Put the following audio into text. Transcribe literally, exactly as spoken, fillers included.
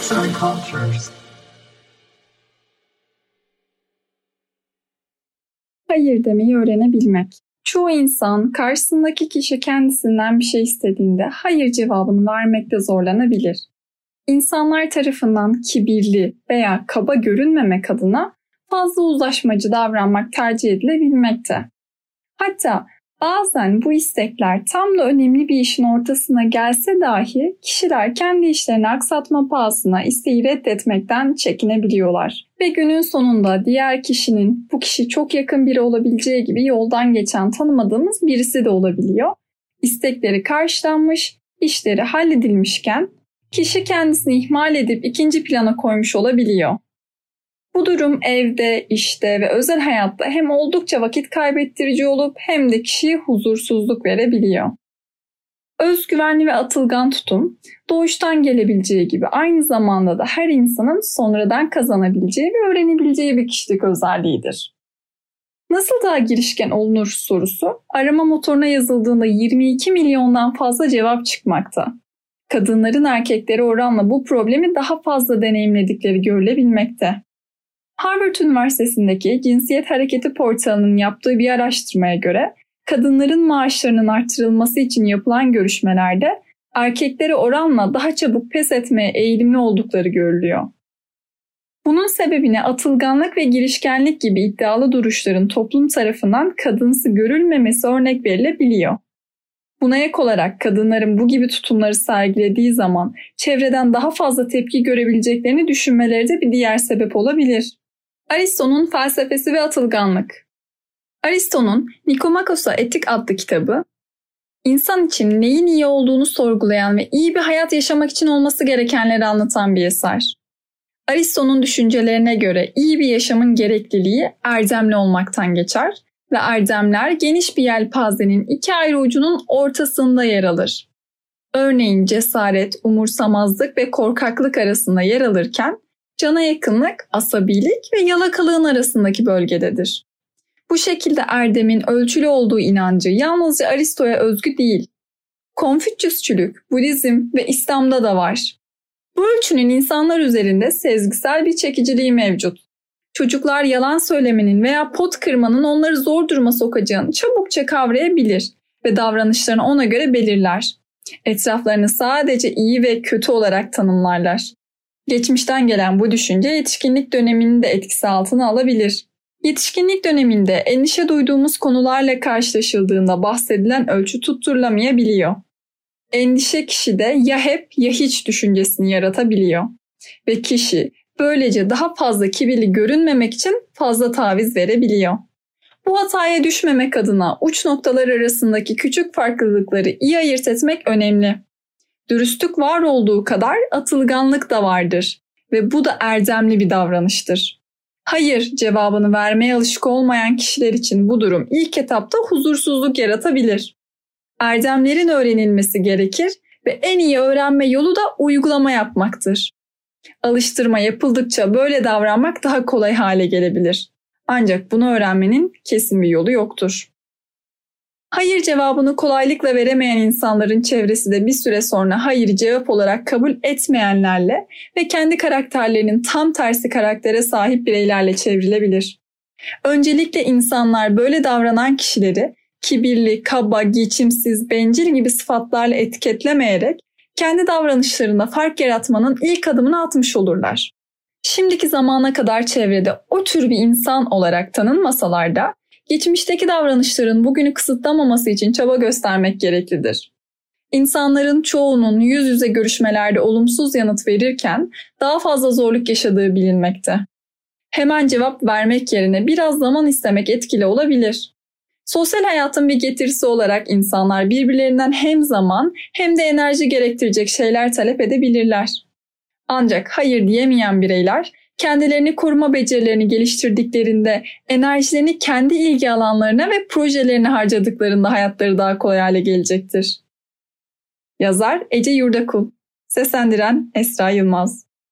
Arts and Cultures. Hayır demeyi öğrenebilmek. Çoğu insan karşısındaki kişi kendisinden bir şey istediğinde hayır cevabını vermekte zorlanabilir. İnsanlar tarafından kibirli veya kaba görünmemek adına fazla uzlaşmacı davranmak tercih edilebilmekte. Hatta bazen bu istekler tam da önemli bir işin ortasına gelse dahi kişiler kendi işlerini aksatma pahasına isteği reddetmekten çekinebiliyorlar. Ve günün sonunda diğer kişinin bu kişi çok yakın biri olabileceği gibi yoldan geçen tanımadığımız birisi de olabiliyor. İstekleri karşılanmış, işleri halledilmişken kişi kendisini ihmal edip ikinci plana koymuş olabiliyor. Bu durum evde, işte ve özel hayatta hem oldukça vakit kaybettirici olup hem de kişiye huzursuzluk verebiliyor. Özgüvenli ve atılgan tutum, doğuştan gelebileceği gibi aynı zamanda da her insanın sonradan kazanabileceği ve öğrenebileceği bir kişilik özelliğidir. Nasıl daha girişken olunur sorusu, arama motoruna yazıldığında yirmi iki milyondan fazla cevap çıkmakta. Kadınların erkeklere oranla bu problemi daha fazla deneyimledikleri görülebilmekte. Harvard Üniversitesi'ndeki Cinsiyet Hareketi Portalı'nın yaptığı bir araştırmaya göre kadınların maaşlarının artırılması için yapılan görüşmelerde erkeklere oranla daha çabuk pes etmeye eğilimli oldukları görülüyor. Bunun sebebine atılganlık ve girişkenlik gibi iddialı duruşların toplum tarafından kadınsı görülmemesi örnek verilebiliyor. Buna ek olarak kadınların bu gibi tutumları sergilediği zaman çevreden daha fazla tepki görebileceklerini düşünmeleri de bir diğer sebep olabilir. Aristo'nun Felsefesi ve Atılganlık. Aristo'nun Nikomakos'a Etik adlı kitabı, insan için neyin iyi olduğunu sorgulayan ve iyi bir hayat yaşamak için olması gerekenleri anlatan bir eser. Aristo'nun düşüncelerine göre iyi bir yaşamın gerekliliği erdemli olmaktan geçer ve erdemler geniş bir yelpazenin iki ayrı ucunun ortasında yer alır. Örneğin cesaret, umursamazlık ve korkaklık arasında yer alırken, cana yakınlık, asabilik ve yalakalığın arasındaki bölgededir. Bu şekilde erdemin ölçülü olduğu inancı yalnızca Aristo'ya özgü değil. Konfüçyüsçülük, Budizm ve İslam'da da var. Bu ölçünün insanlar üzerinde sezgisel bir çekiciliği mevcut. Çocuklar yalan söylemenin veya pot kırmanın onları zor duruma sokacağını çabukça kavrayabilir ve davranışlarını ona göre belirler. Etraflarını sadece iyi ve kötü olarak tanımlarlar. Geçmişten gelen bu düşünce yetişkinlik dönemini de etkisi altına alabilir. Yetişkinlik döneminde endişe duyduğumuz konularla karşılaşıldığında bahsedilen ölçü tutturulamayabiliyor. Endişe kişide ya hep ya hiç düşüncesini yaratabiliyor ve kişi böylece daha fazla kibirli görünmemek için fazla taviz verebiliyor. Bu hataya düşmemek adına uç noktalar arasındaki küçük farklılıkları iyi ayırt etmek önemli. Dürüstlük var olduğu kadar atılganlık da vardır ve bu da erdemli bir davranıştır. Hayır cevabını vermeye alışık olmayan kişiler için bu durum ilk etapta huzursuzluk yaratabilir. Erdemlerin öğrenilmesi gerekir ve en iyi öğrenme yolu da uygulama yapmaktır. Alıştırma yapıldıkça böyle davranmak daha kolay hale gelebilir. Ancak bunu öğrenmenin kesin bir yolu yoktur. Hayır cevabını kolaylıkla veremeyen insanların çevresi de bir süre sonra hayır cevap olarak kabul etmeyenlerle ve kendi karakterlerinin tam tersi karaktere sahip bireylerle çevrilebilir. Öncelikle insanlar böyle davranan kişileri kibirli, kaba, geçimsiz, bencil gibi sıfatlarla etiketlemeyerek kendi davranışlarında fark yaratmanın ilk adımını atmış olurlar. Şimdiki zamana kadar çevrede o tür bir insan olarak tanınmasalar da geçmişteki davranışların bugünü kısıtlamaması için çaba göstermek gereklidir. İnsanların çoğunun yüz yüze görüşmelerde olumsuz yanıt verirken daha fazla zorluk yaşadığı bilinmekte. Hemen cevap vermek yerine biraz zaman istemek etkili olabilir. Sosyal hayatın bir getirisi olarak insanlar birbirlerinden hem zaman hem de enerji gerektirecek şeyler talep edebilirler. Ancak hayır diyemeyen bireyler kendilerini koruma becerilerini geliştirdiklerinde enerjilerini kendi ilgi alanlarına ve projelerine harcadıklarında hayatları daha kolay hale gelecektir. Yazar Ece Yurdakul, seslendiren Esra Yılmaz.